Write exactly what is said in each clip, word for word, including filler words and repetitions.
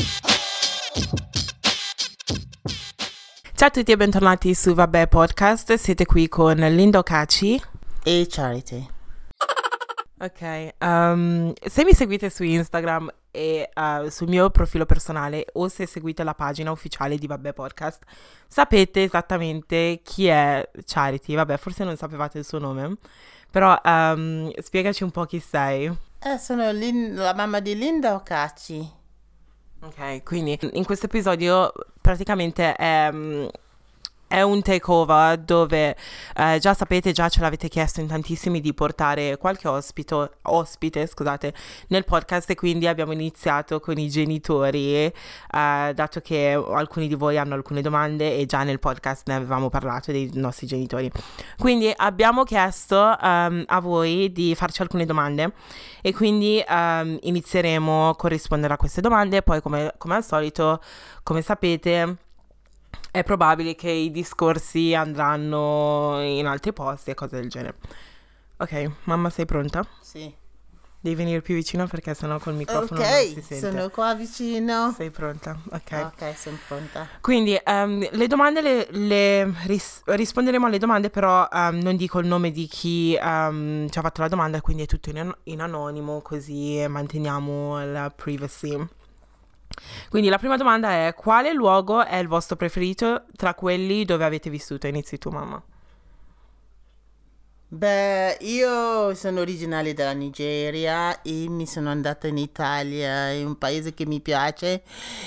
Ciao a tutti e bentornati su Vabbè Podcast, siete qui con Linda Caci e Charity. Ok, um, se mi seguite su Instagram e uh, sul mio profilo personale o se seguite la pagina ufficiale di Vabbè Podcast, sapete esattamente chi è Charity. Vabbè, forse non sapevate il suo nome, però um, spiegaci un po' chi sei. Eh, sono Lin- la mamma di Linda Caci. Ok, quindi in questo episodio praticamente è, è un takeover dove eh, già sapete, già ce l'avete chiesto in tantissimi di portare qualche ospito, ospite scusate, nel podcast, e quindi abbiamo iniziato con i genitori, eh, dato che alcuni di voi hanno alcune domande e già nel podcast ne avevamo parlato dei nostri genitori. Quindi abbiamo chiesto um, a voi di farci alcune domande e quindi um, inizieremo a corrispondere a queste domande. Poi come, come al solito, come sapete, è probabile che i discorsi andranno in altri posti e cose del genere. Ok, mamma, sei pronta? Sì. Devi venire più vicino perché sennò col microfono okay, non si sente. Ok, sono qua vicino. Sei pronta? Ok. Ok, sono pronta. Quindi um, le domande le, le ris- risponderemo alle domande, però um, non dico il nome di chi um, ci ha fatto la domanda, quindi è tutto in, in anonimo, così manteniamo la privacy. Quindi la prima domanda è: quale luogo è il vostro preferito tra quelli dove avete vissuto? Inizi tu, mamma. Beh, io sono originale della Nigeria e mi sono andata in Italia, è un paese che mi piace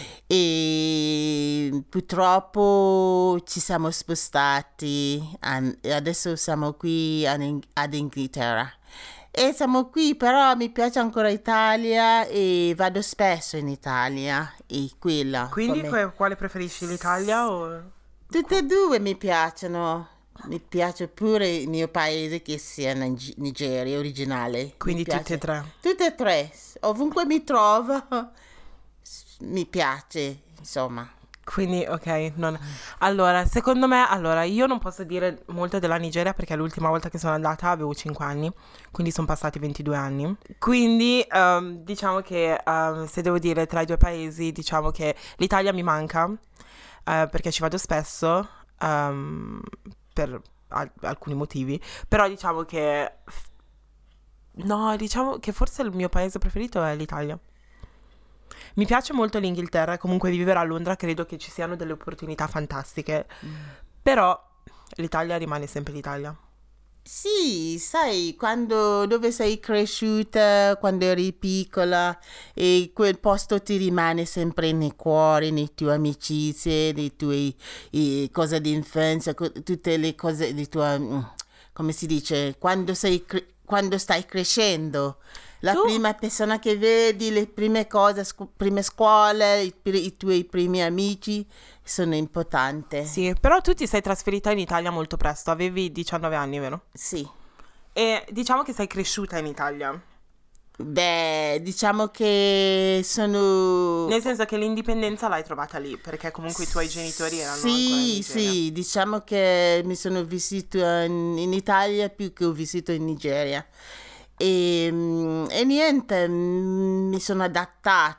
e purtroppo ci siamo spostati an- e adesso siamo qui an- ad Inghilterra. E siamo qui, però mi piace ancora Italia e vado spesso in Italia e quella. Quindi come- que- quale preferisci, l'Italia o... Tutte e due mi piacciono. Mi piace pure il mio paese che sia Nig- Nigeria originale. Quindi Mi piace. tutte e tre. Tutte e tre. Ovunque mi trovo mi piace, insomma. Quindi, ok, non... Allora, secondo me, allora, io non posso dire molto della Nigeria perché l'ultima volta che sono andata avevo cinque anni, quindi sono passati ventidue anni. Quindi, um, diciamo che um, se devo dire tra i due paesi, diciamo che l'Italia mi manca, uh, perché ci vado spesso, um, per al- alcuni motivi, però diciamo che... No, diciamo che forse il mio paese preferito è l'Italia. Mi piace molto l'Inghilterra, comunque vivere a Londra credo che ci siano delle opportunità fantastiche, mm. però l'Italia rimane sempre l'Italia. Sì, sai, quando dove sei cresciuta, quando eri piccola e quel posto ti rimane sempre nei cuori, nei tuoi amicizie, nei tuoi eh, cose di infanzia, co- tutte le cose di tua, mm, come si dice, quando sei cre- quando stai crescendo. La Tu? prima persona che vedi, le prime cose, scu- prime scuole, i, i tuoi primi amici sono importanti. Sì, però tu ti sei trasferita in Italia molto presto, avevi diciannove anni, vero? Sì. E diciamo che sei cresciuta in Italia. Beh, diciamo che sono... Nel senso che l'indipendenza l'hai trovata lì, perché comunque i tuoi genitori erano ancora in Sì, Nigeria. sì, diciamo che mi sono vissuta in, in Italia più che ho vissuto in Nigeria. E, mm, e niente, mm, mi sono adattato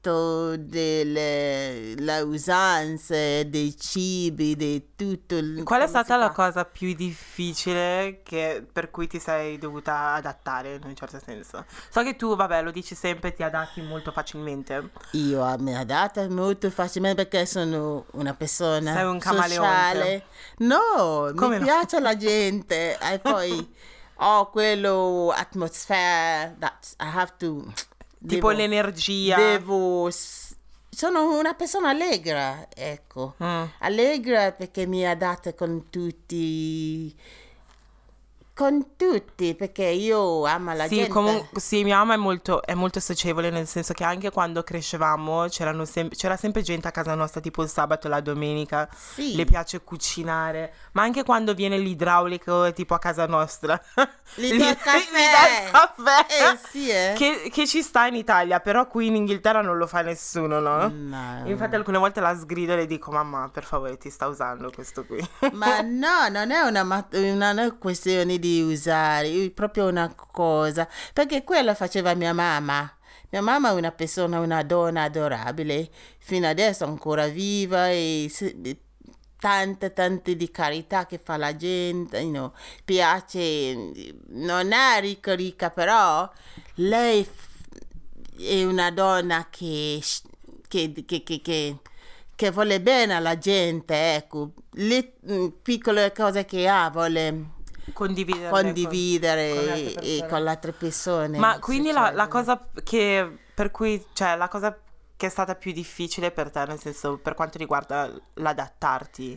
delle le usanze, dei cibi, di tutto. il- Qual è come si stata la fa. cosa più difficile che, per cui ti sei dovuta adattare in un certo senso? So che tu, vabbè, lo dici sempre, ti adatti molto facilmente. Io ah, mi adatto molto facilmente perché sono una persona Sei un camaleonte. sociale. No, Come mi no? piace la gente e poi ho quello atmosphere that I have to... Tipo devo- l'energia. Devo... s- Sono una persona allegra, ecco. Mm. Allegra perché mi adatta con tutti... Con tutti, perché io amo la Sì, gente. comunque, sì, mia mamma è molto, è molto socievole, nel senso che anche quando crescevamo c'erano sem- c'era sempre gente a casa nostra, tipo il sabato e la domenica. Sì. Le piace cucinare, ma anche quando viene l'idraulico, tipo a casa nostra. Gli dà il caffè. Gli dà il caffè. Eh sì, eh. Che, che ci sta in Italia, però qui in Inghilterra non lo fa nessuno, no? No. Infatti alcune volte la sgrido e le dico: mamma, per favore, ti sta usando questo qui. Ma no, non è una, mat- una- non è questione di usare, è proprio una cosa, perché quello faceva mia mamma, Mia mamma è una persona, una donna adorabile, fino adesso ancora viva e se- tante, tante di carità che fa la gente, you know, piace, non è ricca ricca, però lei f- è una donna che, che, che, che, che, che vuole bene alla gente, ecco, le mm, piccole cose che ha vuole Condividerle con, con le condividere altre e, e persone. con le altre persone. Ma quindi la, la succede. cosa che per cui, cioè la cosa che è stata più difficile per te, nel senso per quanto riguarda l'adattarti,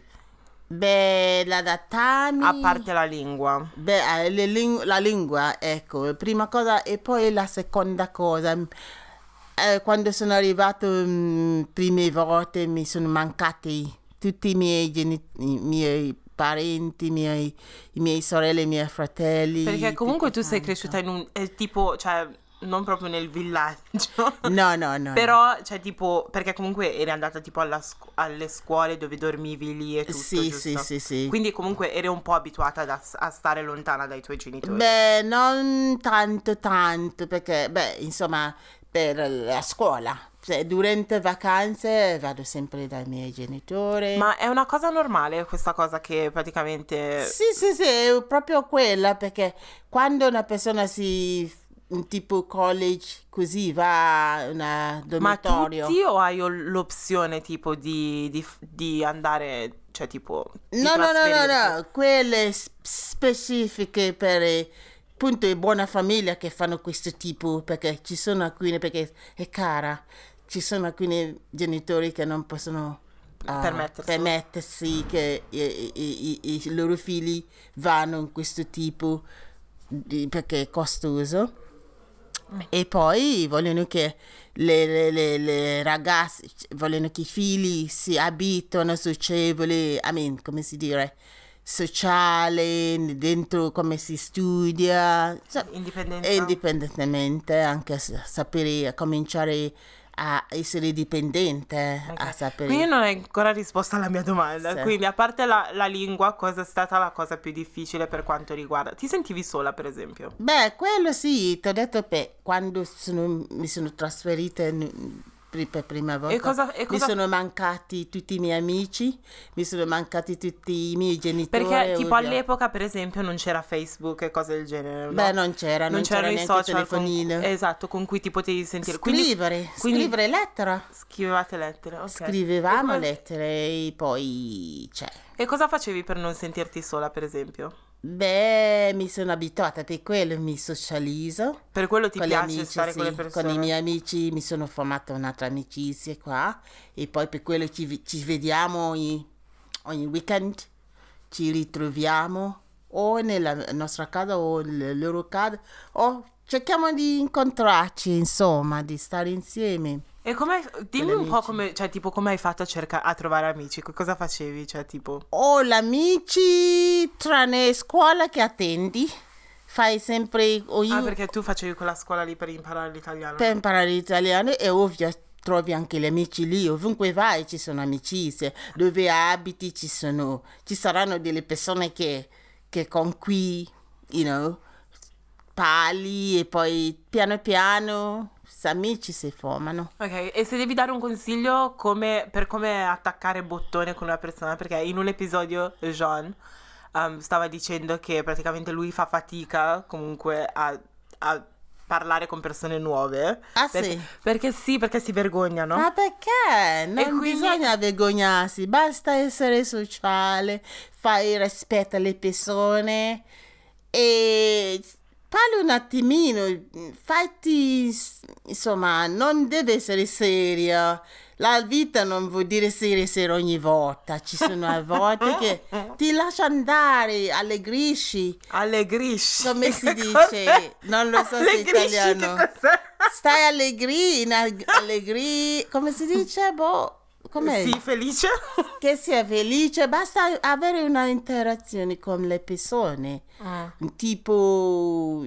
Beh, l'adattarmi... a parte la lingua. Beh, eh, le ling- la lingua, ecco, la prima cosa e poi la seconda cosa. Eh, quando sono arrivato mm, prime volte mi sono mancati tutti i miei, geni- i miei parenti, i miei, i miei sorelle, i miei fratelli. Perché comunque tu tutto sei quanto. cresciuta in un eh, tipo, cioè non proprio nel villaggio. No, no, no. no. Però, cioè, tipo, perché comunque eri andata tipo alla scu- alle scuole dove dormivi lì e tutto, Sì, giusto? sì, sì, sì. Quindi comunque eri un po' abituata da- a stare lontana dai tuoi genitori. Beh, non tanto, tanto, perché, beh, insomma, per la scuola. Cioè, durante vacanze vado sempre dai miei genitori. Ma è una cosa normale questa cosa che praticamente... Sì, sì, sì, è proprio quella, perché quando una persona si, tipo college, così va a un Ma dormitorio. tutti o hai o- l'opzione tipo di, di, di andare, cioè tipo... di No, no, no, no, trasferirti? no, quelle s- specifiche per eh, appunto è buona famiglia che fanno questo tipo, perché ci sono alcune, perché è cara, ci sono alcuni genitori che non possono ah, Permetterselo. permettersi che i, i- i- i loro figli vanno in questo tipo di- perché è costoso. E poi vogliono che le, le- le- le ragazze, vogliono che i figli si abituino socievoli, I mean, come si dire, sociale, dentro come si studia, so- Indipendenza. e indipendentemente, anche a s- sapere, a cominciare a essere dipendente, a Ok. sapere. Quindi non hai ancora risposto alla mia domanda. Sì. Quindi, a parte la, la lingua, cosa è stata la cosa più difficile per quanto riguarda? Ti sentivi sola, per esempio? Beh, quello sì, ti ho detto che quando sono- mi sono trasferita in- pri- per prima volta, cosa- e cosa- mi sono mancati tutti i miei amici, mi sono mancati tutti i miei genitori. Perché, tipo, ovvio. all'epoca, per esempio, non c'era Facebook e cose del genere, no? Beh, non c'era, non, c'era c'erano i neanche il social con, telefonino. esatto, con cui ti potevi sentire. Quindi- Scrivere, quindi scrivere lettera. scrivevate lettere, ok. Scrivevamo E come- lettere e poi, cioè, E cosa facevi per non sentirti sola, per esempio? beh, mi sono abituata, per quello mi socializzo. Per quello ti Con gli piace amici, stare sì, con le persone? con i miei amici mi sono formata un'altra amicizia qua e poi per quello ci, vi- ci vediamo ogni, ogni weekend, ci ritroviamo o nella nostra casa o nella loro casa o cerchiamo di incontrarci, insomma, di stare insieme. E come, dimmi Con un po' amici. come, cioè, tipo, come hai fatto a cercare, a trovare amici? Co- Cosa facevi, cioè, tipo... O gli amici tranne scuola che attendi, fai sempre o io Ah, perché tu facevi quella scuola lì per imparare l'italiano? per imparare l'italiano e ovvio trovi anche gli amici lì, ovunque vai ci sono amicizie, dove abiti ci sono, ci saranno delle persone che, che con cui, you know, parli e poi piano piano s- amici si formano. Ok, e se devi dare un consiglio come- per come attaccare bottone con una persona, perché in un episodio Jean um, stava dicendo che praticamente lui fa fatica comunque a, a parlare con persone nuove. Ah, perché, sì? Perché sì, perché si vergognano. Ma perché? Non quindi- bisogna vergognarsi, basta essere sociale, fai rispetto alle persone e parli un attimino, fatti, insomma, non deve essere seria. La vita non vuol dire seria seria ogni volta, ci sono volte che ti lascia andare, allegrisci, Allegrisci. come si Che dice? cos'è? Non lo so se è Allegrisci, italiano. che cos'è? Stai allegri, in alg- allegri, come si dice? Boh, com'è? Sì, felice. Che sia felice, basta avere una interazione con le persone, Mm. tipo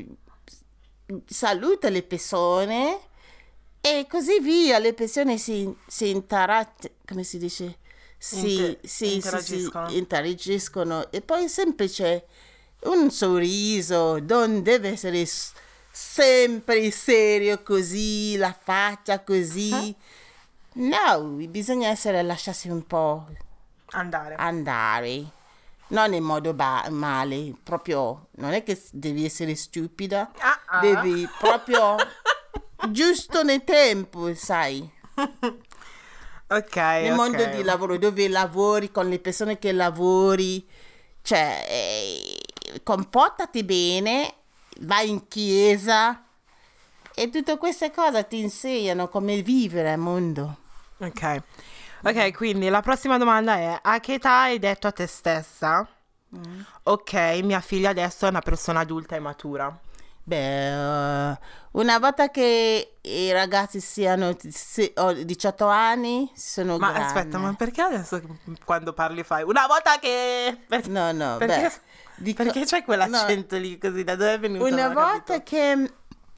saluta le persone e così via, le persone si, si interagiscono, come si dice? Si, Inter- si, si- si interagiscono. interagiscono e poi è semplice, un sorriso, non deve essere s- sempre serio così, la faccia così. Eh? No, bisogna essere, lasciarsi un po' Andare. andare. Non in modo ba- male, proprio, non è che s- devi essere stupida, Ah, ah. devi proprio giusto nel tempo, sai. Ok, Nel ok. mondo di lavoro, dove lavori con le persone che lavori, cioè, eh, comportati bene, vai in chiesa e tutte queste cose ti insegnano come vivere al mondo. Ok. Ok, quindi la prossima domanda è: a che età hai detto a te stessa? Ok, mia figlia adesso è una persona adulta e matura. Beh, eh, una volta che i ragazzi siano se- ho diciotto anni, sono Ma grandi. aspetta, ma perché adesso quando parli fai una volta che... Perché, No, no, perché, beh, dico- perché c'è quell'accento lì così? Da dove è venuto? una Non ho volta capito. che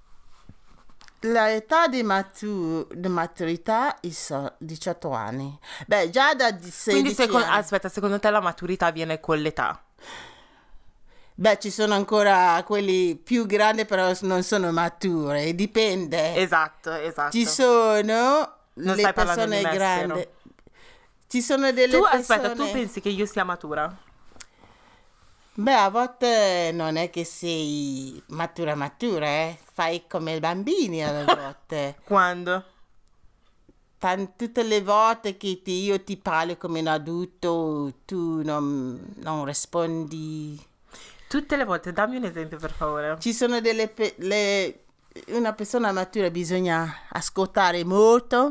l'età di, matu- di maturità è so- diciotto anni. Beh, già da di Quindi sedici seco- anni. aspetta, secondo te la maturità viene con l'età? Beh, ci sono ancora quelli più grandi, però non sono mature, dipende. Esatto, esatto. Ci sono Non le stai parlando di persone me, grandi. spero. Ci sono delle Tu, persone. aspetta, tu pensi che io sia matura? Beh, a volte non è che sei matura matura, eh? Fai come i bambini a volte. Quando? Tan- tutte le volte che ti- io ti parlo come un adulto, tu non, non rispondi. Tutte le volte, dammi un esempio per favore. Ci sono delle pe- le- una persona matura bisogna ascoltare molto,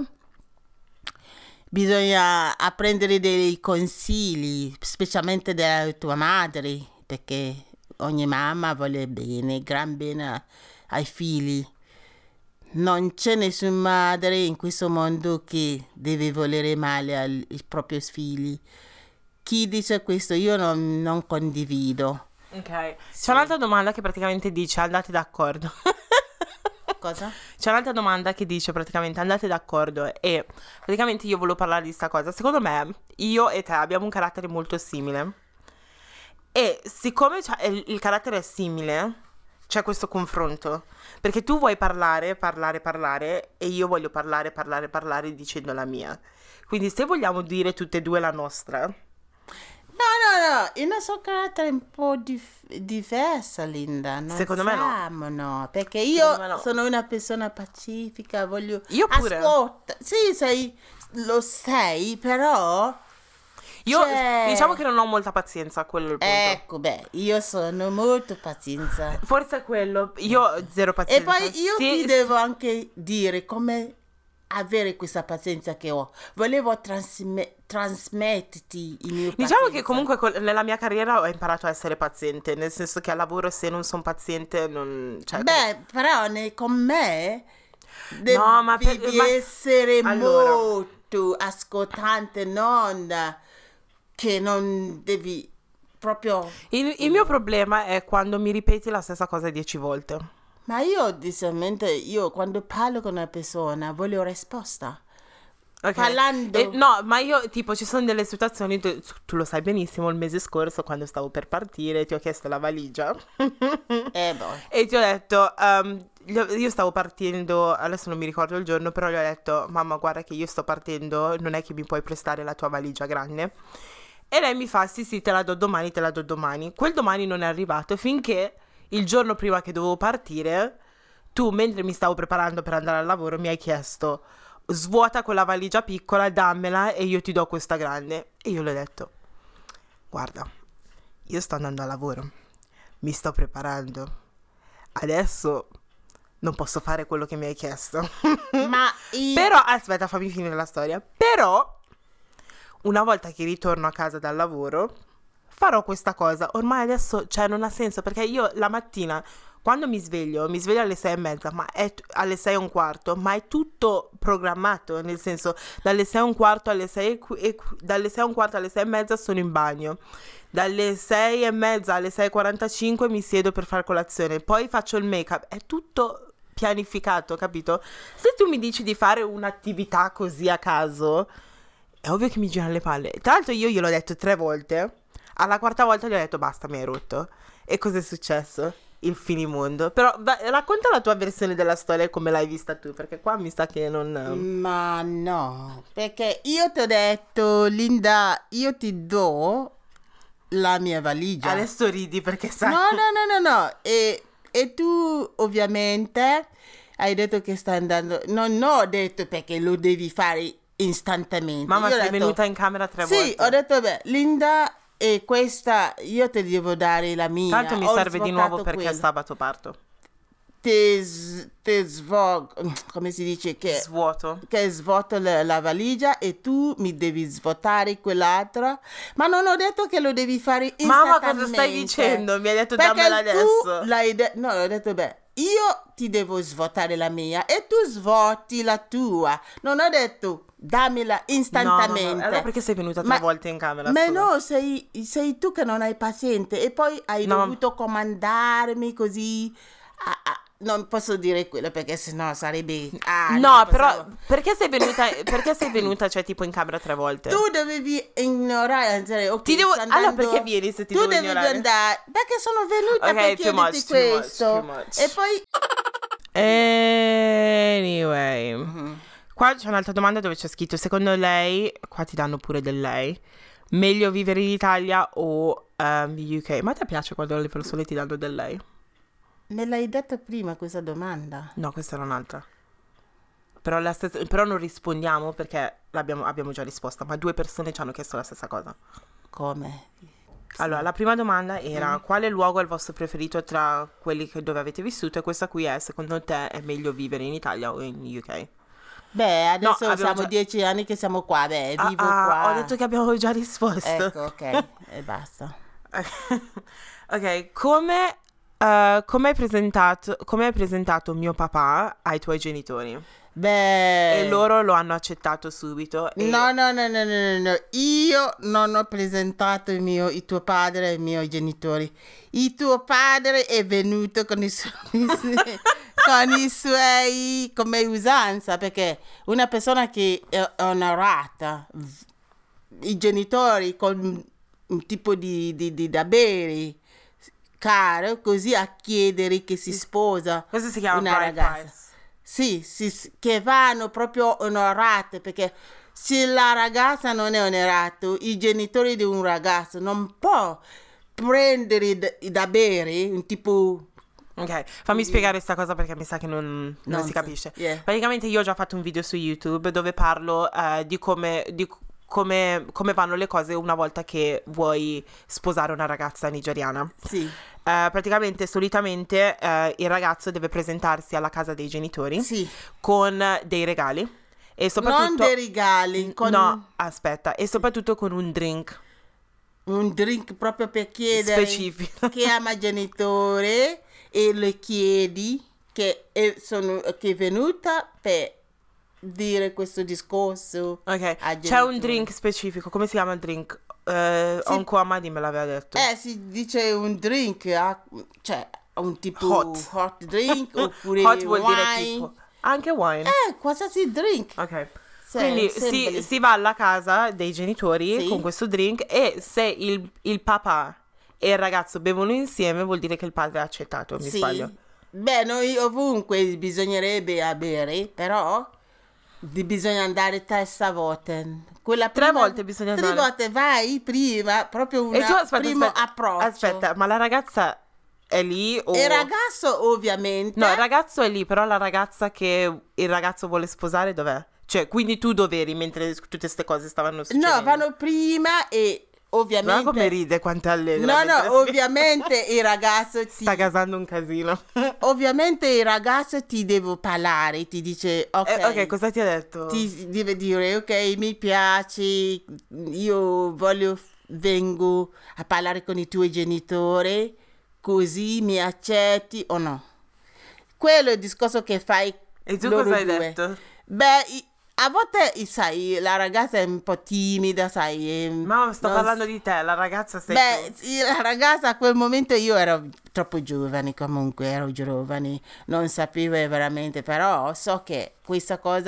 bisogna apprendere dei consigli, specialmente dalla tua madre, perché ogni mamma vuole bene, gran bene a- ai figli. Non c'è nessuna madre in questo mondo che deve volere male ai, ai propri figli. Chi dice questo io non, non condivido. Ok. C'è un'altra domanda che praticamente dice andate d'accordo. Cosa? C'è un'altra domanda che dice praticamente andate d'accordo e praticamente io volevo parlare di sta cosa. Secondo me io e te abbiamo un carattere molto simile e siccome c'è- il, il carattere è simile c'è questo confronto perché tu vuoi parlare, parlare, parlare e io voglio parlare, parlare, parlare dicendo la mia. Quindi se vogliamo dire tutte e due la nostra... No, no, no, il nostro carattere è un po' dif- diverso, Linda. Non Secondo me no. siamo, no. Perché io Secondo me no. sono una persona pacifica, voglio... Io pure. Ascolta, sì, sei, lo sei, però... Io Cioè- diciamo che non ho molta pazienza, quello è il punto. Ecco, beh, io sono molto pazienza. Forse è quello, io ho zero E pazienza. poi io Sì, ti sì. devo anche dire come avere questa pazienza che ho. Volevo transme- trasmetterti il mio Diciamo pazienza. che comunque col- nella mia carriera ho imparato a essere paziente, nel senso che al lavoro se non sono paziente non... Cioè, Beh, però ne- con me devi No, ma per- ma- essere Allora. molto ascoltante, non da- che non devi proprio... il, il mio problema è quando mi ripeti la stessa cosa dieci volte. Ma io, di solamente, io quando parlo con una persona voglio risposta. Ok? Parlando. E- no, ma io tipo ci sono delle situazioni, tu, tu lo sai benissimo, il mese scorso quando stavo per partire ti ho chiesto la valigia Eh, boh. e ti ho detto, ehm, gli ho- io stavo partendo, adesso non mi ricordo il giorno, però gli ho detto, mamma guarda che io sto partendo, non è che mi puoi prestare la tua valigia grande? E lei mi fa, sì sì, te la do domani, te la do domani. Quel domani non è arrivato finché il giorno prima che dovevo partire, tu mentre mi stavo preparando per andare al lavoro mi hai chiesto, svuota quella valigia piccola, dammela e io ti do questa grande. E io le ho detto, guarda, io sto andando al lavoro, mi sto preparando, adesso non posso fare quello che mi hai chiesto. Ma io... Però, aspetta, fammi finire la storia. Però, una volta che ritorno a casa dal lavoro, farò questa cosa. Ormai adesso, cioè, non ha senso, perché io la mattina, quando mi sveglio, mi sveglio alle sei e mezza, ma è t- alle sei e un quarto, ma è tutto programmato, nel senso, dalle sei e un quarto alle sei e, qu- e qu- dalle sei e un quarto alle sei e mezza sono in bagno. Dalle sei e mezza alle sei e quarantacinque mi siedo per fare colazione, poi faccio il make-up, è tutto pianificato, capito? Se tu mi dici di fare un'attività così a caso, è ovvio che mi girano le palle. Tra l'altro io gliel'ho detto tre volte, alla quarta volta gli ho detto basta, mi hai rotto. E cos'è successo? il finimondo. Però beh, racconta la tua versione della storia e come l'hai vista tu, perché qua mi sa che non... Ma no, perché io ti ho detto, Linda, io ti do la mia valigia. Adesso ridi perché sai... No, no, no, no, no. E, e tu ovviamente hai detto che stai andando... Non ho detto perché lo devi fare istantaneamente. Mamma, Io ho sei detto- venuta in camera tre Sì, volte. ho detto, beh, Linda, e questa io ti devo dare la mia. Tanto mi Ho serve di svuotato nuovo perché quello. sabato parto. Ti, s- ti svog... come si dice? Che, Svuoto. che svuoto la, la valigia e tu mi devi svuotare quell'altra. Ma non ho detto che lo devi fare Mamma, istantaneamente. cosa stai dicendo? Mi hai detto Perché dammela tu adesso. l'hai detto... No, ho detto, beh, io ti devo svuotare la mia e tu svuoti la tua. Non ho detto dammela No, no, istantaneamente. no. Allora perché sei venuta tre Ma- volte in camera? Ma scusa? no, sei, sei tu che non hai paziente e poi hai No, ma- dovuto comandarmi così. Ah, ah, non posso dire quello perché sennò sarebbe... Ah, No, non però possiamo- perché sei venuta, perché sei venuta, cioè, tipo in camera tre volte? Tu dovevi ignorare, anzi, ok, Ti devo- sto allora andando- perché vieni se ti tu devo devi ignorare? andare, perché sono venuta Ok, per too chiederti much, too much, questo. too much. E poi... Anyway, Mhm. qua c'è un'altra domanda dove c'è scritto: secondo lei, qua ti danno pure del lei, meglio vivere in Italia o ehm, U K? Ma a te piace quando le persone ti danno del lei? Me l'hai detto prima questa domanda. No, questa era un'altra. Però, la stessa- però non rispondiamo perché l'abbiamo, abbiamo già risposta, ma due persone ci hanno chiesto la stessa cosa. Come? Allora, la prima domanda era: quale luogo è il vostro preferito tra quelli che- dove avete vissuto? E questa qui è: secondo te è meglio vivere in Italia o in U K? Beh, adesso abbiamo siamo già- dieci anni che siamo qua, beh, Ah, vivo ah, qua. ho detto che abbiamo già risposto. Ecco, ok, e basta. Ok, come, eh, come hai presentato, come hai presentato mio papà ai tuoi genitori? Beh... E loro lo hanno accettato subito. E... No, no, no, no, no, no, no. Io non ho presentato il mio, il tuo padre ai miei genitori. Il tuo padre è venuto con i suoi, con i suoi, come usanza, perché una persona che è onorata, v- i genitori con un tipo di, di, di da bere, caro, così a chiedere che si sposa Questo si chiama una bride ragazza. price. Sì, sì, sì, che vanno proprio onorate, perché se la ragazza non è onorata, i genitori di un ragazzo non può prendere da, da bere, un tipo... Ok, fammi spiegare questa cosa perché mi sa che non, non si Nonsense, capisce. yeah. Praticamente io ho già fatto un video su YouTube dove parlo eh, di come... Di come, come vanno le cose una volta che vuoi sposare una ragazza nigeriana. Sì, Eh, praticamente, solitamente eh, il ragazzo deve presentarsi alla casa dei genitori sì. con dei regali e soprattutto... Non dei regali, con No, aspetta, e soprattutto con un drink un drink proprio per chiedere specifico. che ama il genitore e le chiedi che è, sono, che è venuta per dire questo discorso. Ok, ai c'è un genitori. drink specifico, come si chiama il drink? Eh, Sì. Onco Amadi me l'aveva detto. Eh, si dice un drink, ah, cioè un tipo Hot. hot drink oppure Hot vuol dire wine. tipo... Anche wine. Eh, qualsiasi drink. Ok. Sì, Quindi sembri. si, si va alla casa dei genitori Sì. con questo drink e se il, il papà e il ragazzo bevono insieme vuol dire che il padre ha accettato, mi Sì. sbaglio? Beh, noi ovunque bisognerebbe a bere, però di- bisogna andare tre volte. Quella Tre prima- volte bisogna tre andare. volte vai prima, proprio E un tu aspetta, primo aspetta, approccio. aspetta, ma la ragazza è lì o... E il ragazzo ovviamente. No, il ragazzo è lì, però la ragazza che il ragazzo vuole sposare dov'è? Cioè, quindi tu dov'eri mentre tutte queste cose stavano succedendo? No, vanno prima e ovviamente... Guarda come ride, quanto è allegra. No, mentre no, si- ovviamente il ragazzo ti... Sta casando un casino. Ovviamente il ragazzo ti deve parlare, ti dice ok, Eh, ok, cosa ti ha detto? ti deve dire ok, mi piace, io voglio, vengo a parlare con i tuoi genitori, così mi accetti o no? Quello è il discorso che fai. E tu loro cosa hai due. detto? Beh, i- a volte, sai, la ragazza è un po' timida, sai. e Ma sto non parlando s- di te, la ragazza sei Beh, tu. sì, la ragazza a quel momento io ero troppo giovane, comunque ero giovane, non sapevo veramente, però so che questa cosa è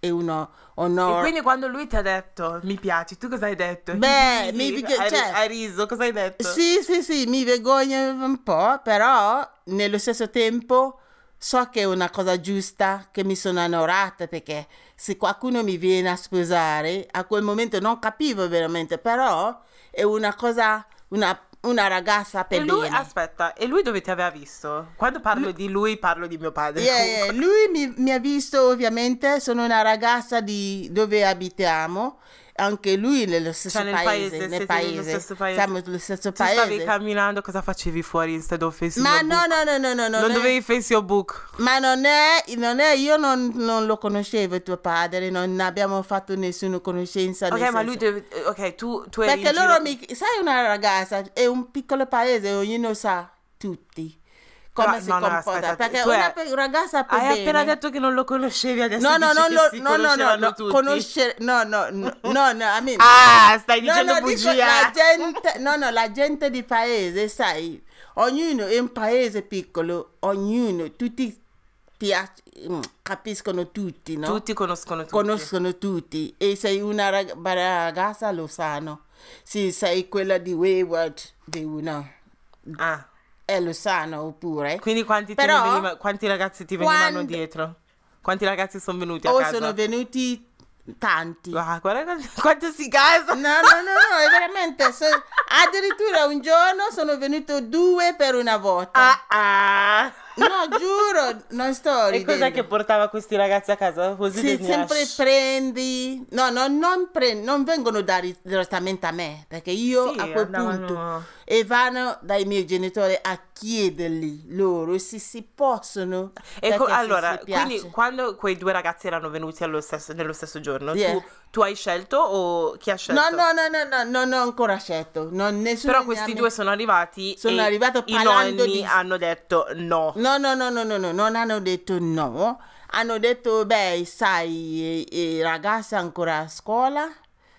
è uno E onore. quindi quando lui ti ha detto mi piaci, tu cosa hai detto? Beh, Hi, hi, mi- hi. hai, cioè- hai riso, cosa hai detto? Sì, sì, sì, mi vergogno un po', però nello stesso tempo so che è una cosa giusta, che mi sono onorata, perché se qualcuno mi viene a sposare, a quel momento non capivo veramente, però è una cosa, una, una ragazza E per lui, bene. aspetta, e lui dove ti aveva visto? Quando parlo di lui, parlo di mio padre Yeah, comunque. yeah, lui mi, mi ha visto ovviamente, sono una ragazza di dove abitiamo, anche lui nello stesso Cioè nel paese, paese, nel siete nello paese, stesso paese. siamo nello stesso Tu stavi paese. camminando, cosa facevi fuori instead of facing Ma your no, book? no, no, no, no, Non non è- dovevi face your book. Ma non è, non è, io non, non lo conoscevo tuo padre, non abbiamo fatto nessuna conoscenza. Ok, nel ma lui senso- deve... Ok, tu, tu eri Perché in giro... loro mi, sai una ragazza, è un piccolo paese, ognuno sa tutti come Però- si no, no, comporta. aspetta, Perché tu una hai- pe- ragazza per Hai bene. appena detto che non lo conoscevi, adesso No, no, dici non che lo, si no, no, no, conoscevano no, tutti. conoscere, no, no, no, no, no, I mean- Ah, stai no, dicendo no, dico bugia. la gente, no, no, la gente di paese, sai, ognuno è un paese piccolo, ognuno, tutti piac- mm, capiscono tutti, no? Tutti conoscono tutti. Conoscono tutti e sei una rag- ragazza lo sanno. Se sei quella di Wayward, di una, Ah, e lo sanno oppure. quindi quanti, te Però, ne veniva- quanti ragazzi ti venivano quando- dietro? Quanti ragazzi sono venuti a o casa? sono venuti tanti. Ah, guarda quanto, quanto si casa. No, no, no, no, è veramente. so- addirittura un giorno sono venuto due per una volta. Ah, ah. No, giuro, non sto E ridendo. cos'è che portava questi ragazzi a casa? Così Sì, degli sempre ash. prendi. No, no, non, pre- non vengono da ri- direttamente a me, perché io Sì, a quel andavano- punto e vanno dai miei genitori a chiederli loro se si possono. E co- perché se allora, si piace. quindi quando quei due ragazzi erano venuti allo stesso- nello stesso giorno, Yeah. tu, tu hai scelto o chi ha scelto? No, no, no, no, no, no, non ho ancora scelto. Non, nessuno Però mi questi ha- due sono arrivati Sono e arrivato i parlando nonni di- hanno detto no. No, no, no, no, no, no, non hanno detto no. Hanno detto, beh, sai, eh, eh, ragazza ancora a scuola,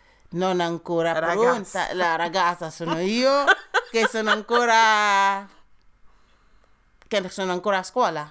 non ancora Ragazza. pronta. La ragazza sono io, che sono ancora, che sono ancora a scuola.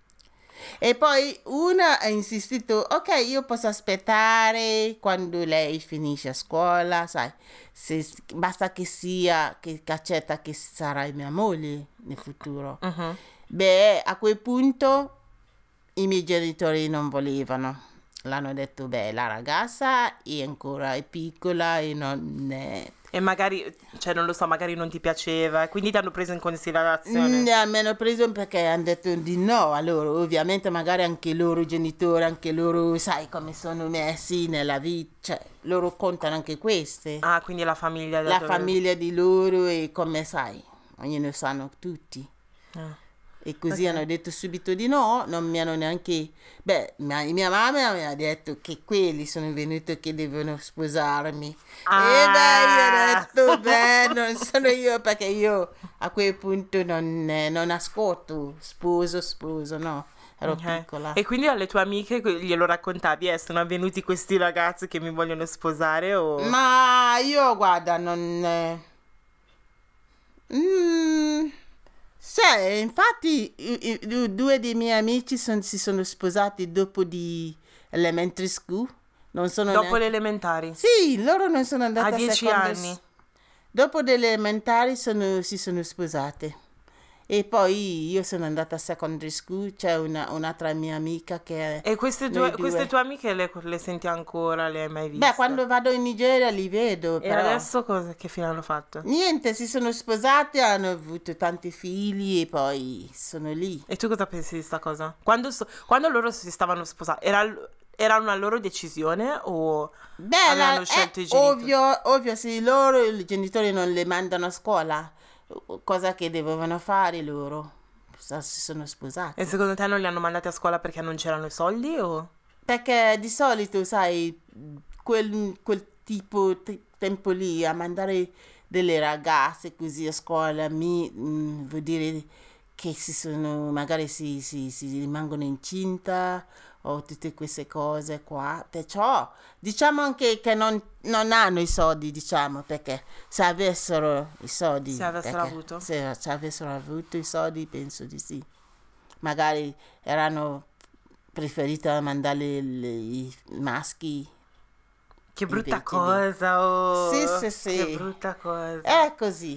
E poi una ha insistito, ok, io posso aspettare quando lei finisce a scuola, sai, se, basta che sia, che accetta che sarà mia moglie nel futuro. Mhm. Beh, a quel punto i miei genitori non volevano. L'hanno detto, beh, la ragazza è ancora è piccola e non è... E magari, cioè non lo so, magari non ti piaceva e quindi ti hanno preso in considerazione. Mm, mi hanno preso perché hanno detto di no a loro. Ovviamente magari anche i loro genitori, anche loro, sai come sono messi nella vita. Cioè, loro contano anche queste. Ah, quindi la famiglia da La dove- famiglia di loro e come sai, ognuno sanno tutti. Ah. E così Ok. hanno detto subito di no, non mi hanno neanche... Beh, mia, mia mamma mi ha detto che quelli sono venuti che devono sposarmi. Ah. E beh, io ho detto, beh, non sono io perché io a quel punto non, eh, non ascolto sposo, sposo, no, ero Ok. piccola. E quindi alle tue amiche que- glielo raccontavi, eh, sono avvenuti questi ragazzi che mi vogliono sposare o... Ma io, guarda, non... eh, mm, sai, infatti i- i- du- due dei miei amici son- si sono sposati dopo di elementary school. Non sono Dopo neanche- le elementari? Sì, loro non sono andate A a dieci secondary anni? s- Dopo delle elementari sono- si sono sposate. E poi io sono andata a secondary school, c'è una- un'altra mia amica che... E queste, noi due, due. queste tue amiche le, le senti ancora? Le hai mai viste? Beh, quando vado in Nigeria li vedo, E però... adesso cosa, che fine hanno fatto? Niente, si sono sposati, hanno avuto tanti figli e poi sono lì. E tu cosa pensi di sta cosa? Quando, so- quando loro si stavano sposando, era, l- era una loro decisione o Beh, avevano la- scelto è i genitori? ovvio, ovvio, se loro, i genitori non le mandano a scuola, cosa che dovevano fare loro? Sa- Si sono sposati. E secondo te non li hanno mandati a scuola perché non c'erano i soldi o... Perché di solito, sai, quel, quel tipo di tempo lì a mandare delle ragazze così a scuola mi mm, vuol dire che si sono, magari si, si, si rimangono incinta o tutte queste cose qua. Perciò diciamo anche che non, non hanno i soldi, diciamo, perché se avessero i soldi, Se avessero perché avuto? se, se avessero avuto i soldi, penso di sì. Magari erano preferito mandare le- i maschi. Che brutta Invece di- cosa, oh. Sì, sì, sì. Che brutta cosa. È così.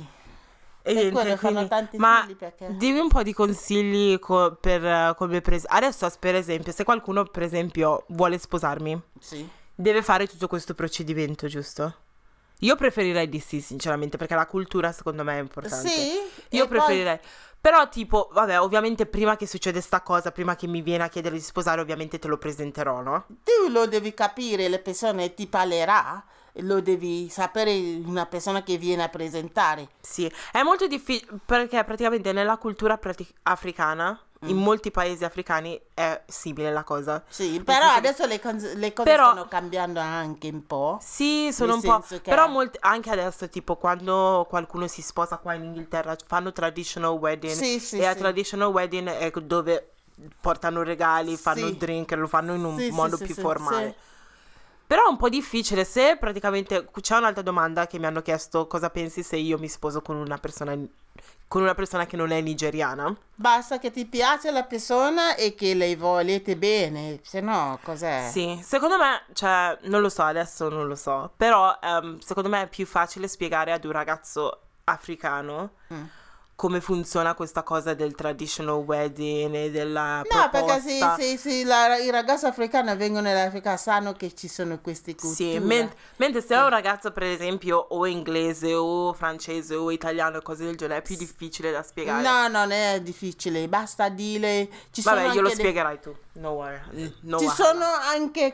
E Per niente, quello fanno quindi- tanti ma figli perché... dimmi un po' di consigli co- per eh, come pres- adesso per esempio, se qualcuno per esempio vuole sposarmi, Sì. deve fare tutto questo procedimento, giusto? Io preferirei di sì, sinceramente, perché la cultura secondo me è importante. Sì? Io e preferirei. Però tipo, vabbè, ovviamente prima che succede sta cosa, prima che mi viene a chiedere di sposare, ovviamente te lo presenterò, no? Poi tu lo devi capire, le persone ti parlerà, lo devi sapere una persona che viene a presentare. Sì, è molto difficile perché praticamente nella cultura prati- africana, in molti paesi africani è simile la cosa. Sì, Nel però senso che- adesso le, cose- le cose Però- stanno cambiando anche un po'. Sì, sono Nel un po'. senso che- Però molti, anche adesso, tipo, quando qualcuno si sposa qua in Inghilterra, fanno traditional wedding. Sì, sì, e a sì. traditional wedding è dove portano regali, fanno Sì. drink, lo fanno in un Sì, sì, modo sì, più sì, formale. sì. Però è un po' difficile se praticamente c'è un'altra domanda che mi hanno chiesto cosa pensi se io mi sposo con una persona con una persona che non è nigeriana. Basta che ti piace la persona e che le volete bene, se no cos'è? Sì, secondo me, cioè, non lo so, adesso non lo so, però ehm, secondo me è più facile spiegare ad un ragazzo africano Mm. come funziona questa cosa del traditional wedding e della No, perché proposta. se, se, se la- i ragazzi africani vengono dall'Africa sanno che ci sono queste culture. Sì, men- mentre se è un ragazzo per esempio o inglese o francese o italiano e cose del genere è più difficile da spiegare. No, non è difficile, basta dire. Ci Vabbè, sono glielo anche dei- spiegherai tu. No worry. No Ci worry. sono anche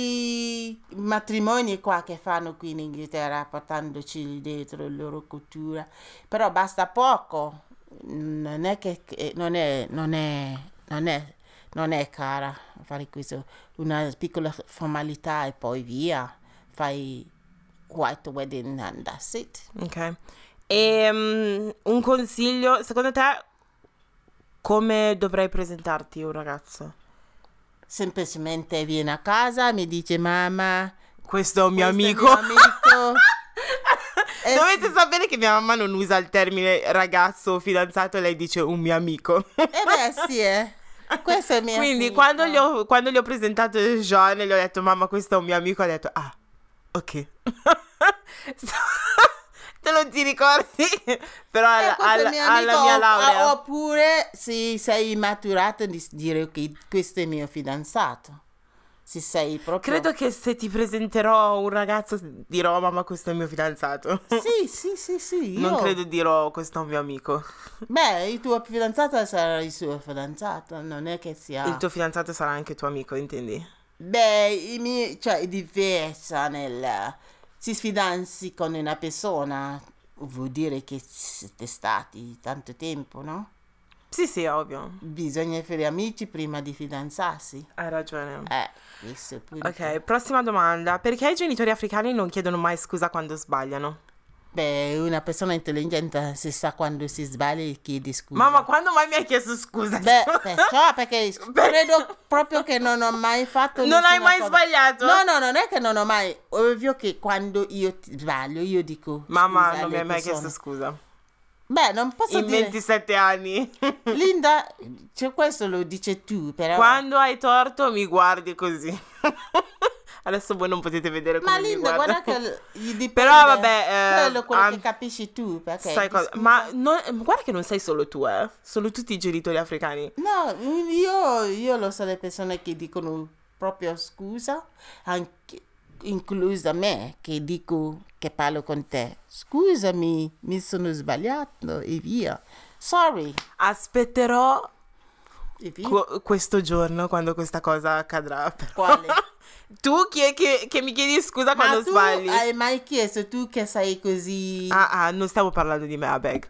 quelli matrimoni qua che fanno qui in Inghilterra portandoci dietro la loro cultura, però basta poco, non è che che- non è non è non è non è cara fare questo, una piccola formalità e poi via, fai white wedding and that's it. Ok. E un consiglio, secondo te, come dovrei presentarti un ragazzo? Semplicemente viene a casa, mi dice mamma, Questo è un mio questo è amico. mio amico. Eh, Dovete sapere che mia mamma non usa il termine ragazzo o fidanzato, lei dice un mio amico. Eh beh, sì, eh. Questo è mio Quindi amico. quando gli, ho, quando gli ho presentato Jean e gli ho detto mamma questo è un mio amico, ha detto ah, ok. Te lo ti ricordi? Però Eh, alla, questo è alla- mio alla amico, mia o- laurea. o- oppure se sei maturato di dire ok, questo è mio fidanzato. Se sei proprio... Credo che se ti presenterò un ragazzo dirò mamma questo è il mio fidanzato. Sì, sì, sì, sì. Non io- credo dirò questo è un mio amico. Beh, il tuo fidanzato sarà il suo fidanzato, non è che sia... Il tuo fidanzato sarà anche tuo amico, intendi? Beh, i miei- cioè, è diversa nel... Si sfidanzi con una persona, vuol dire che siete stati tanto tempo, no? Sì, sì, ovvio. Bisogna essere amici prima di fidanzarsi. Hai ragione. Eh, questo è pure... Ok, prossima domanda. Perché i genitori africani non chiedono mai scusa quando sbagliano? Beh, una persona intelligente si sa quando si sbaglia e chiede scusa. Mamma, quando mai mi hai chiesto scusa? Beh, perciò, perché credo proprio che non ho mai fatto Non hai nessuna mai cosa. sbagliato? No, no, non è che non ho mai... Ovvio che quando io ti sbaglio, io dico Mamma, scusa non mi alle hai mai persone. chiesto scusa. Beh, non posso In dire... ventisette anni. Linda, cioè, questo lo dice tu, però... Quando hai torto mi guardi così. Adesso voi non potete vedere come Ma mi Linda, guarda. guarda che gli dipende... Però vabbè, eh, quello, quello am- che capisci tu, perché... Sai di cosa? scusa- Ma non- guarda che non sei solo tu, eh. Sono tutti i genitori africani. No, io, io lo so le persone che dicono proprio scusa, anche inclusa me, che dico che parlo con te. Scusami, mi sono sbagliato e via. Sorry. Aspetterò E via. Qu- questo giorno quando questa cosa accadrà. Quale? Tu chi è che, che mi chiedi scusa Ma quando tu sbagli? hai mai chiesto, tu che sei così... Ah, ah, non stiamo parlando di me, a beg.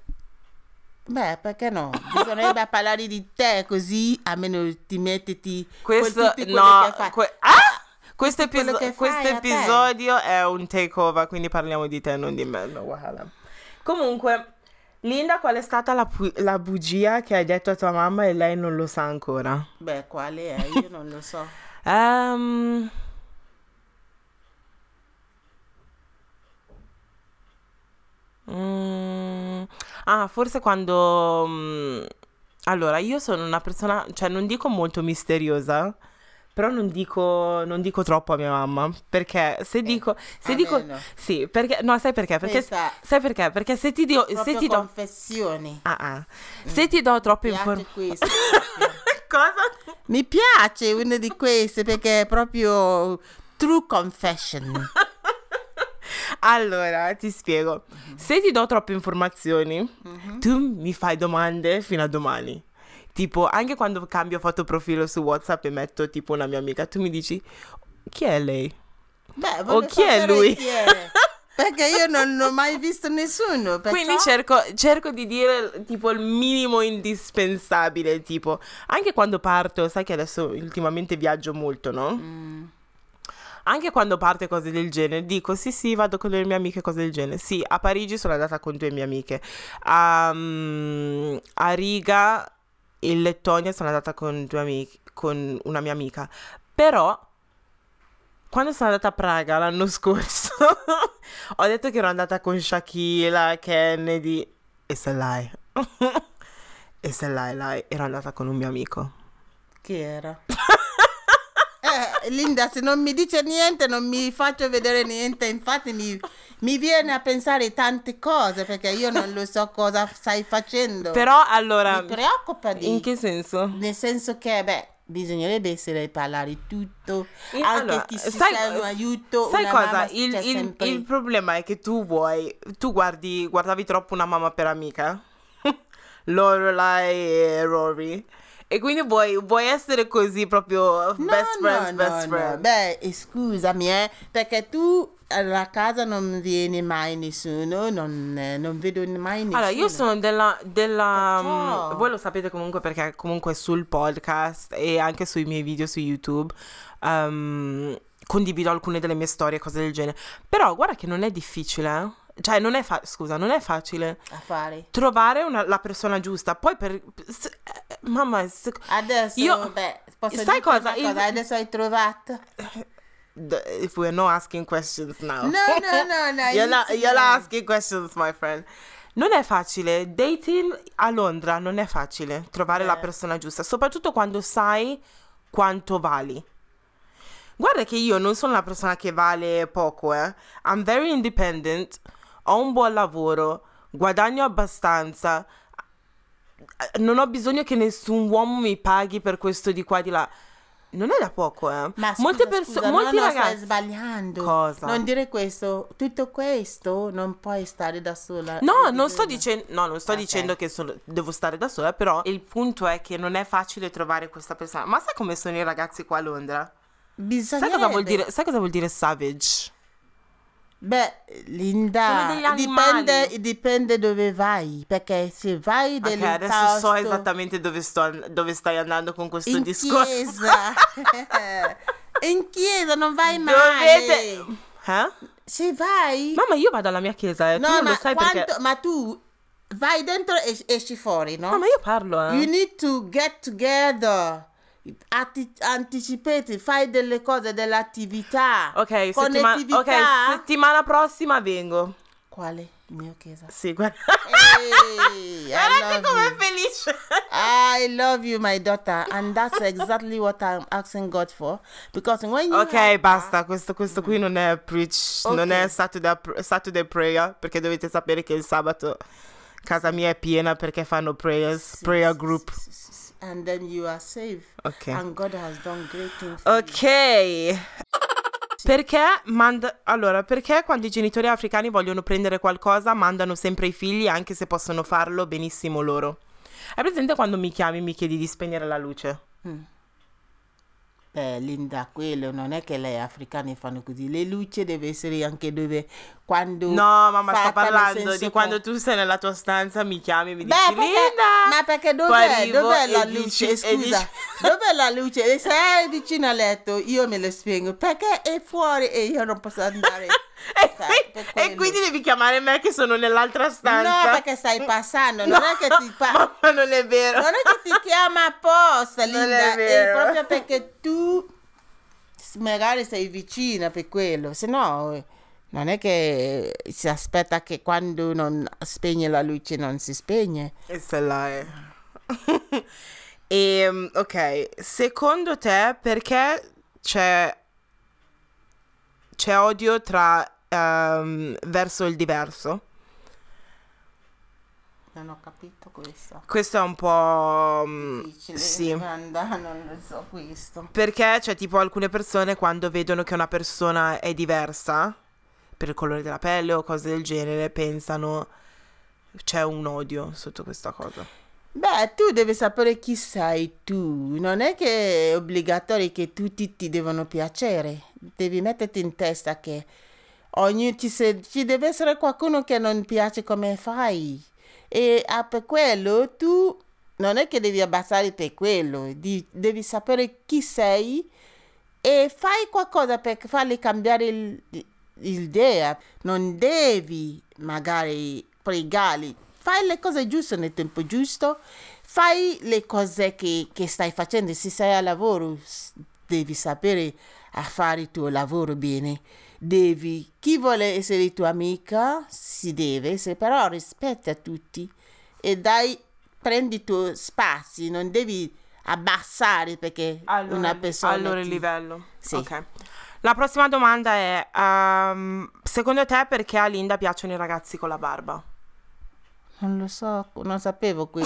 Beh, perché no? Bisognerebbe parlare di te così, almeno ti mettiti... Questo, con tutti quelli no, che fai. que- ah! Questo, quello episo- che fai questo a te. episodio è un takeover, quindi parliamo di te, non di me. No, wahala. Comunque, Linda, qual è stata la, pu- la bugia che hai detto a tua mamma e lei non lo sa ancora? Beh, quale è? Io non lo so. Ehm... Mm, ah, forse quando... mm, allora, io sono una persona, cioè non dico molto misteriosa, Però non dico, non dico troppo a mia mamma, perché se dico, se dico, almeno. sì, perché, no, sai perché? Perché, Questa- sai perché? Perché se ti do, se Proprio ti do, confessioni. ah, ah. Se ti do troppe Mi piace informazioni, questo proprio. cosa? Mi piace una di queste perché è proprio true confession. Allora, ti spiego. Se ti do troppe informazioni, tu mi fai domande fino a domani. Tipo, anche quando cambio fotoprofilo su WhatsApp e metto tipo una mia amica, tu mi dici, chi è lei? Beh, voglio chi è sapere lui? chi è. Perché io non ho mai visto nessuno. Perciò... Quindi cerco, cerco di dire tipo il minimo indispensabile, tipo, anche quando parto, sai che adesso ultimamente viaggio molto, no? Mm. Anche quando parte cose del genere, dico sì sì, vado con le mie amiche, cose del genere. Sì, a Parigi sono andata con due mie amiche, a, mm, a Riga in Lettonia sono andata con due amiche, con una mia amica. Però quando sono andata a Praga l'anno scorso ho detto che ero andata con Shakira, Kennedy, e se lei e se lei, lei ero andata con un mio amico. Chi era? Eh, Linda, se non mi dice niente non mi faccio vedere niente, infatti mi, mi viene a pensare tante cose perché io non lo so cosa stai facendo. Però allora, Mi preoccupa di... in che senso? Nel senso che, beh, bisognerebbe essere parlare tutto, Eh, anche allora, chi si sai- serve un aiuto, sai una cosa? mamma Il, c'è il- sempre. il problema è che tu vuoi, tu guardi, guardavi troppo Una mamma per amica, Lorelai e Rory, e quindi vuoi, vuoi essere così proprio No, best friends, no, best no, friends. no. Beh, eh, scusami, eh, perché tu alla casa non viene mai nessuno, non, eh, non vedo mai nessuno. Allora, io sono della, della Perciò- mm, voi lo sapete comunque perché comunque sul podcast e anche sui miei video su YouTube ehm, condivido alcune delle mie storie, cose del genere. Però guarda che non è difficile, eh. Cioè non è fa- scusa, non è facile a fare. trovare una- la persona giusta. Poi per se- eh, mamma, se- Adesso, io beh, posso sai dire cosa? una Il- cosa? Adesso hai trovato? The- if we're not asking questions now. No, no, no, no. You're not, you you're know. not asking questions, my friend. Non è facile. Dating a Londra non è facile trovare la Eh. persona giusta, soprattutto quando sai quanto vali. Guarda che io non sono una persona che vale poco, eh. I'm very independent, ho un buon lavoro, guadagno abbastanza, eh, non ho bisogno che nessun uomo mi paghi per questo di qua di là. Non è da poco, eh. Ma scusa, Molte perso- scusa, molti no, no, ragazzi... stai sbagliando. Cosa? Non dire questo. Tutto questo non puoi stare da sola. No, Hai non sto bisogno. dicendo, no, non sto Ok. dicendo che sono- devo stare da sola, però il punto è che non è facile trovare questa persona. Ma sai come sono i ragazzi qua a Londra? Sai Bisognerebbe. cosa vuol dire, sai cosa vuol dire savage? Beh, Linda, Sono degli animali. dipende, dipende dove vai, perché se vai Ok, adesso dell'intasto so esattamente dove, sto, dove stai andando con questo in discorso. chiesa, in chiesa non vai mai. Dovete... Eh? Se vai, Mamma, io vado alla mia chiesa, eh. Tu no, non ma lo sai quanto, perché... ma tu vai dentro e esci fuori, no? Mamma, io parlo, eh. You need to get together. Atti- anticipate, fai delle cose, delle attività. Ok, settima- Connettività. ok, settimana prossima vengo. Quale? Mio chiesa. Sì, guarda. Hey, I Guardate love com'è you. felice. I love you, my daughter, and that's exactly what I'm asking God for. Because when you Ok, have- basta, questo, questo qui non è preach, Ok. non è Saturday, Saturday prayer, perché dovete sapere che il sabato casa mia è piena perché fanno prayers, prayer group. and then you are safe. Ok. And God has done great things for you. Ok. Perché manda... Allora, perché quando i genitori africani vogliono prendere qualcosa mandano sempre i figli anche se possono farlo benissimo loro? Hai presente quando mi chiami e mi chiedi di spegnere la luce? Eh, Linda, quello non è che lei africani fanno così. Le luci deve essere anche dove quando No, mamma, sto fatta, nel parlando senso di che- quando tu sei nella tua stanza, mi chiami e mi Beh, dici perché- Linda! ma perché Poi dov'è, arrivo dov'è la e luce? dici- e Scusa, dici- dov'è la luce? E se è vicino al letto, io me lo spengo perché è fuori e io non posso andare. E, Sai, qui- per e quello. quindi devi chiamare me che sono nell'altra stanza. No, perché stai passando, non No, è che ti pa- mamma, non è vero. non è che ti chiama apposta, Non Linda, è vero. proprio perché tu magari sei vicina per quello, se no eh, non è che si aspetta che quando non spegne la luce non si spegne. E se là è. E, ok, secondo te perché c'è, c'è odio tra ehm, verso il diverso? Non ho capito questo. Questo è un po'... mm, Difficile sì, domanda, non lo so questo. perché c'è tipo alcune persone quando vedono che una persona è diversa, per il colore della pelle o cose del genere, pensano c'è un odio sotto questa cosa. Beh, tu devi sapere chi sei tu, non è che è obbligatorio che tutti ti devono piacere, devi metterti in testa che ogni, ci, se- ci deve essere qualcuno che non piace come fai e ah, per quello tu non è che devi abbassare per quello, di- devi sapere chi sei e fai qualcosa per fargli cambiare il- l'idea. Non devi magari pregarli. Fai le cose giuste nel tempo giusto. Fai le cose che, che stai facendo. Se sei al lavoro, s- devi sapere a fare il tuo lavoro bene. Devi, chi vuole essere tua amica si deve essere, però rispetta tutti e dai, prendi i tuoi spazi, non devi abbassare perché una persona allora il ti... livello. Sì. Ok. La prossima domanda è, ehm, secondo te perché a Linda piacciono i ragazzi con la barba? Non lo so, non sapevo questo.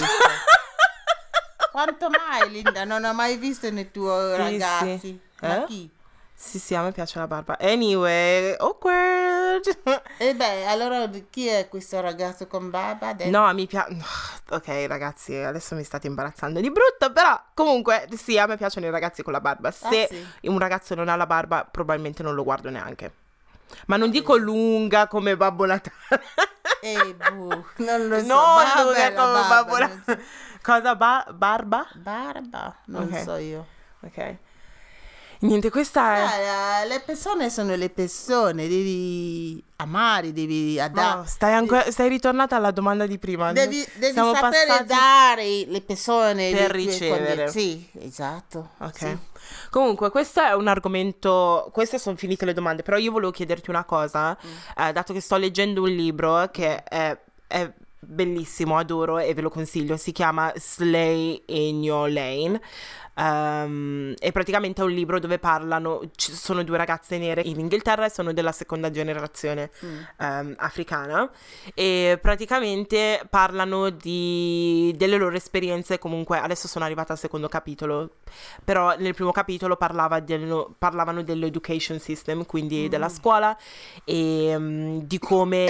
Quanto mai, Linda? Non ho mai visto nei tuoi Sì, ragazzi. sì. Ma Eh? chi? Sì, sì, a me piace la barba. Anyway, awkward. E beh, allora chi è questo ragazzo con barba? Adesso? No, mi piace... Ok, ragazzi, adesso mi state imbarazzando di brutto, però comunque sì, a me piacciono i ragazzi con la barba. Se Ah, sì. un ragazzo non ha la barba, probabilmente non lo guardo neanche. Ma non Ah, dico vedi. lunga come Babbo Natale. E boh, non lo so. No, Barba lunga è la come barba, Babbo non so. Natale. Cosa? Ba- barba? Barba? Non Ok. so io. Ok. Niente, questa è... Eh, le persone sono le persone, devi amare, devi No, adattare. stai ancora... Stai ritornata alla domanda di prima. Devi, devi Siamo sapere passati dare le persone per le tue ricevere. condi- Sì, esatto. Ok. Sì. Comunque, questo è un argomento. Queste sono finite le domande, però io volevo chiederti una cosa, eh, dato che sto leggendo un libro che è, è bellissimo, adoro e ve lo consiglio. Si chiama Slay in Your Lane. Um, e praticamente è un libro dove parlano, ci sono due ragazze nere in Inghilterra e sono della seconda generazione um, africana e praticamente parlano di, delle loro esperienze. Comunque adesso sono arrivata al secondo capitolo, però nel primo capitolo parlava dello, parlavano dell'education system, quindi della scuola e um, di come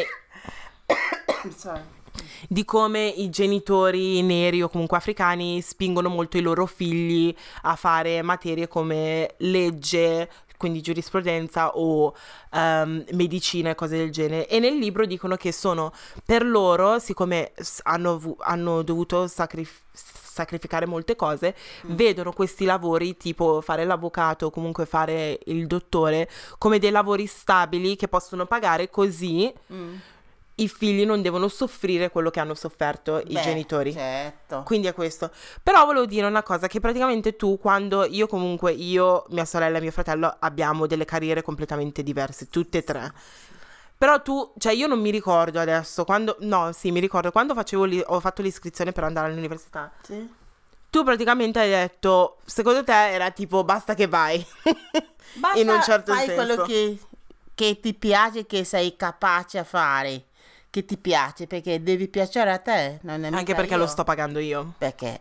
Sorry. di come i genitori neri o comunque africani spingono molto i loro figli a fare materie come legge, quindi giurisprudenza o um, medicina e cose del genere. E nel libro dicono che sono per loro, siccome s- hanno, avu- hanno dovuto sacrificare sacrificare molte cose, mm. vedono questi lavori tipo fare l'avvocato o comunque fare il dottore come dei lavori stabili che possono pagare, così Mm. i figli non devono soffrire quello che hanno sofferto i Beh, genitori. certo. Quindi è questo. Però volevo dire una cosa, che praticamente tu, quando io comunque, io, mia sorella e mio fratello abbiamo delle carriere completamente diverse, tutte e tre. Però tu, cioè io non mi ricordo adesso, quando, no sì mi ricordo, quando facevo li, ho fatto l'iscrizione per andare all'università, Sì. tu praticamente hai detto, secondo te era tipo basta che vai, Basta, in un certo fai senso. quello che, che ti piace, che sei capace a fare, che ti piace, perché devi piacere a te, non è Anche mica perché io. lo sto pagando io. Perché,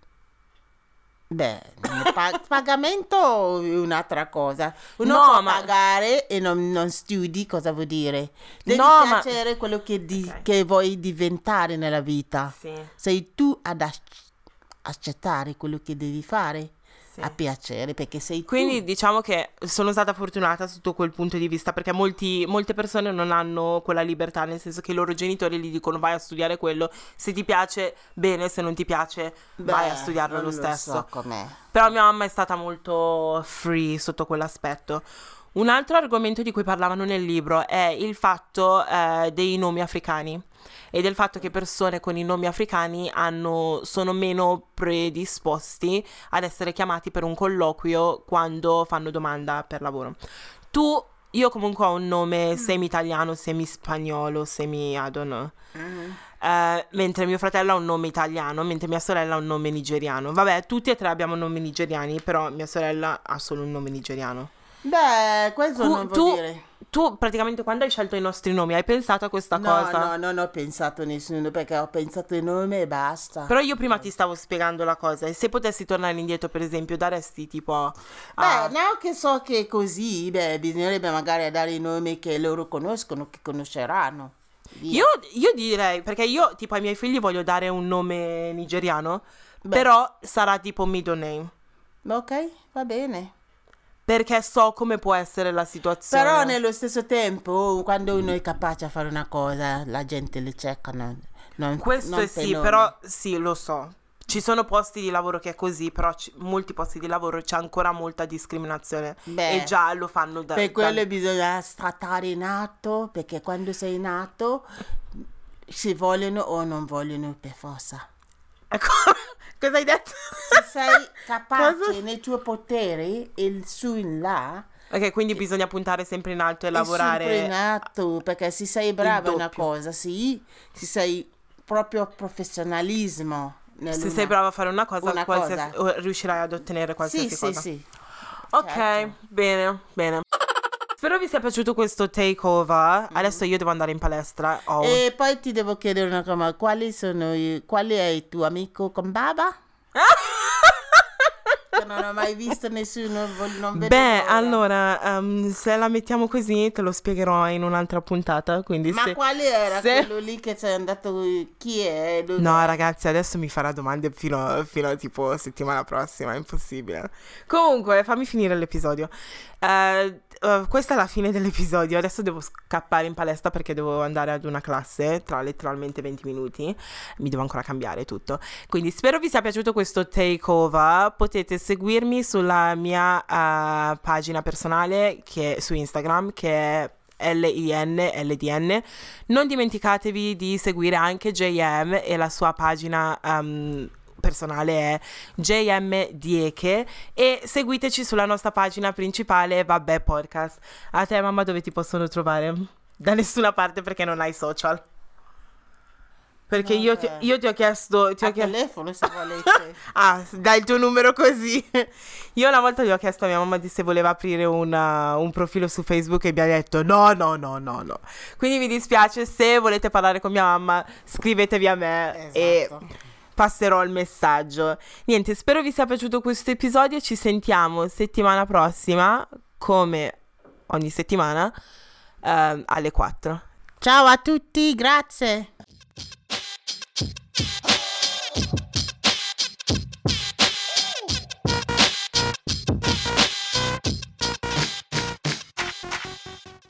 beh, il pa- pagamento è un'altra cosa. Uno No, può ma- pagare e non, non studi, cosa vuol dire? Devi No, ma- piacere quello che, di- Ok. che vuoi diventare nella vita. Sì. Sei tu ad ac- accettare quello che devi fare, Sì. a piacere, perché sei Quindi tu. diciamo che sono stata fortunata sotto quel punto di vista, perché molti, molte persone non hanno quella libertà, nel senso che i loro genitori gli dicono vai a studiare quello, se ti piace bene, se non ti piace vai a Beh, studiarlo non lo lo stesso. so com'è. Però mia mamma è stata molto free sotto quell'aspetto. Un altro argomento di cui parlavano nel libro è il fatto eh, dei nomi africani e del fatto che persone con i nomi africani hanno, sono meno predisposti ad essere chiamati per un colloquio quando fanno domanda per lavoro. Tu, io comunque ho un nome semi-italiano, semi-spagnolo, semi-I don't know. Mhm. eh, mentre mio fratello ha un nome italiano, mentre mia sorella ha un nome nigeriano. Vabbè, tutti e tre abbiamo nomi nigeriani, però mia sorella ha solo un nome nigeriano. Beh, questo Tu, non vuol tu, dire. tu praticamente quando hai scelto i nostri nomi hai pensato a questa No, cosa? no, non ho pensato a nessuno perché ho pensato il nome e basta. Però io prima ti stavo spiegando la cosa e se potessi tornare indietro, per esempio, daresti tipo a... Beh, no, che so che è così, beh, bisognerebbe magari dare i nomi che loro conoscono, che conosceranno. Via. Io, io direi, perché io tipo ai miei figli voglio dare un nome nigeriano, Beh. però sarà tipo middle name, Ok, va bene. perché so come può essere la situazione. Però nello stesso tempo, quando uno è capace a fare una cosa, la gente le cerca. Non, non, Questo non è per sì, nome. però sì, lo so. Ci sono posti di lavoro che è così, però ci- molti posti di lavoro c'è ancora molta discriminazione Beh, e già lo fanno da... Per da- quello bisogna trattare in atto, perché quando sei in atto si vogliono o non vogliono per forza. Ecco, cosa hai detto? Se sei capace Cosa? nei tuoi poteri, il su in là, Ok, quindi bisogna puntare sempre in alto e è sempre in lavorare atto, perché se sei brava in una doppio. cosa, sì, se sei proprio professionalismo. Se nell'una- sei brava a fare una cosa, una qualsiasi- cosa. o riuscirai ad ottenere Sì, qualsiasi sì, cosa. sì. Ok, certo. bene, bene. Spero vi sia piaciuto questo takeover. Adesso io devo andare in palestra. Ho un- E poi ti devo chiedere una cosa, ma quali sono i, quali è il tuo amico con baba? Che non ho mai visto nessuno, vol- non vedo Beh, l'ora. allora, ehm, se la mettiamo così, te lo spiegherò in un'altra puntata. Quindi Ma se... quale era se- quello lì che sei andato? Chi è? Dove No, è? ragazzi, adesso mi farà domande fino, fino a tipo settimana prossima, è impossibile. Comunque, fammi finire l'episodio. Eh, eh, questa è la fine dell'episodio. Adesso devo scappare in palestra perché devo andare ad una classe tra letteralmente venti minuti. Mi devo ancora cambiare tutto. Quindi spero vi sia piaciuto questo takeover. Potete seguirmi sulla mia eh, pagina personale che su Instagram, che è L I N L D N. Non dimenticatevi di seguire anche J M e la sua pagina um, personale è J M Dieke e seguiteci sulla nostra pagina principale Vabbè Podcast. A te mamma dove ti possono trovare? Da nessuna parte perché non hai social. Perché io ti, Vabbè. io ti ho chiesto ti ho A chiesto telefono se volete. Ah, dai il tuo numero così. Io una volta gli ho chiesto a mia mamma di se voleva aprire una- un profilo su Facebook e mi ha detto no, no, no, no, no. Quindi mi dispiace, se volete parlare con mia mamma, scrivetevi a me e Esatto. passerò il messaggio. Niente, spero vi sia piaciuto questo episodio. Ci sentiamo settimana prossima, come ogni settimana, ehm, alle quattro. Ciao a tutti, grazie.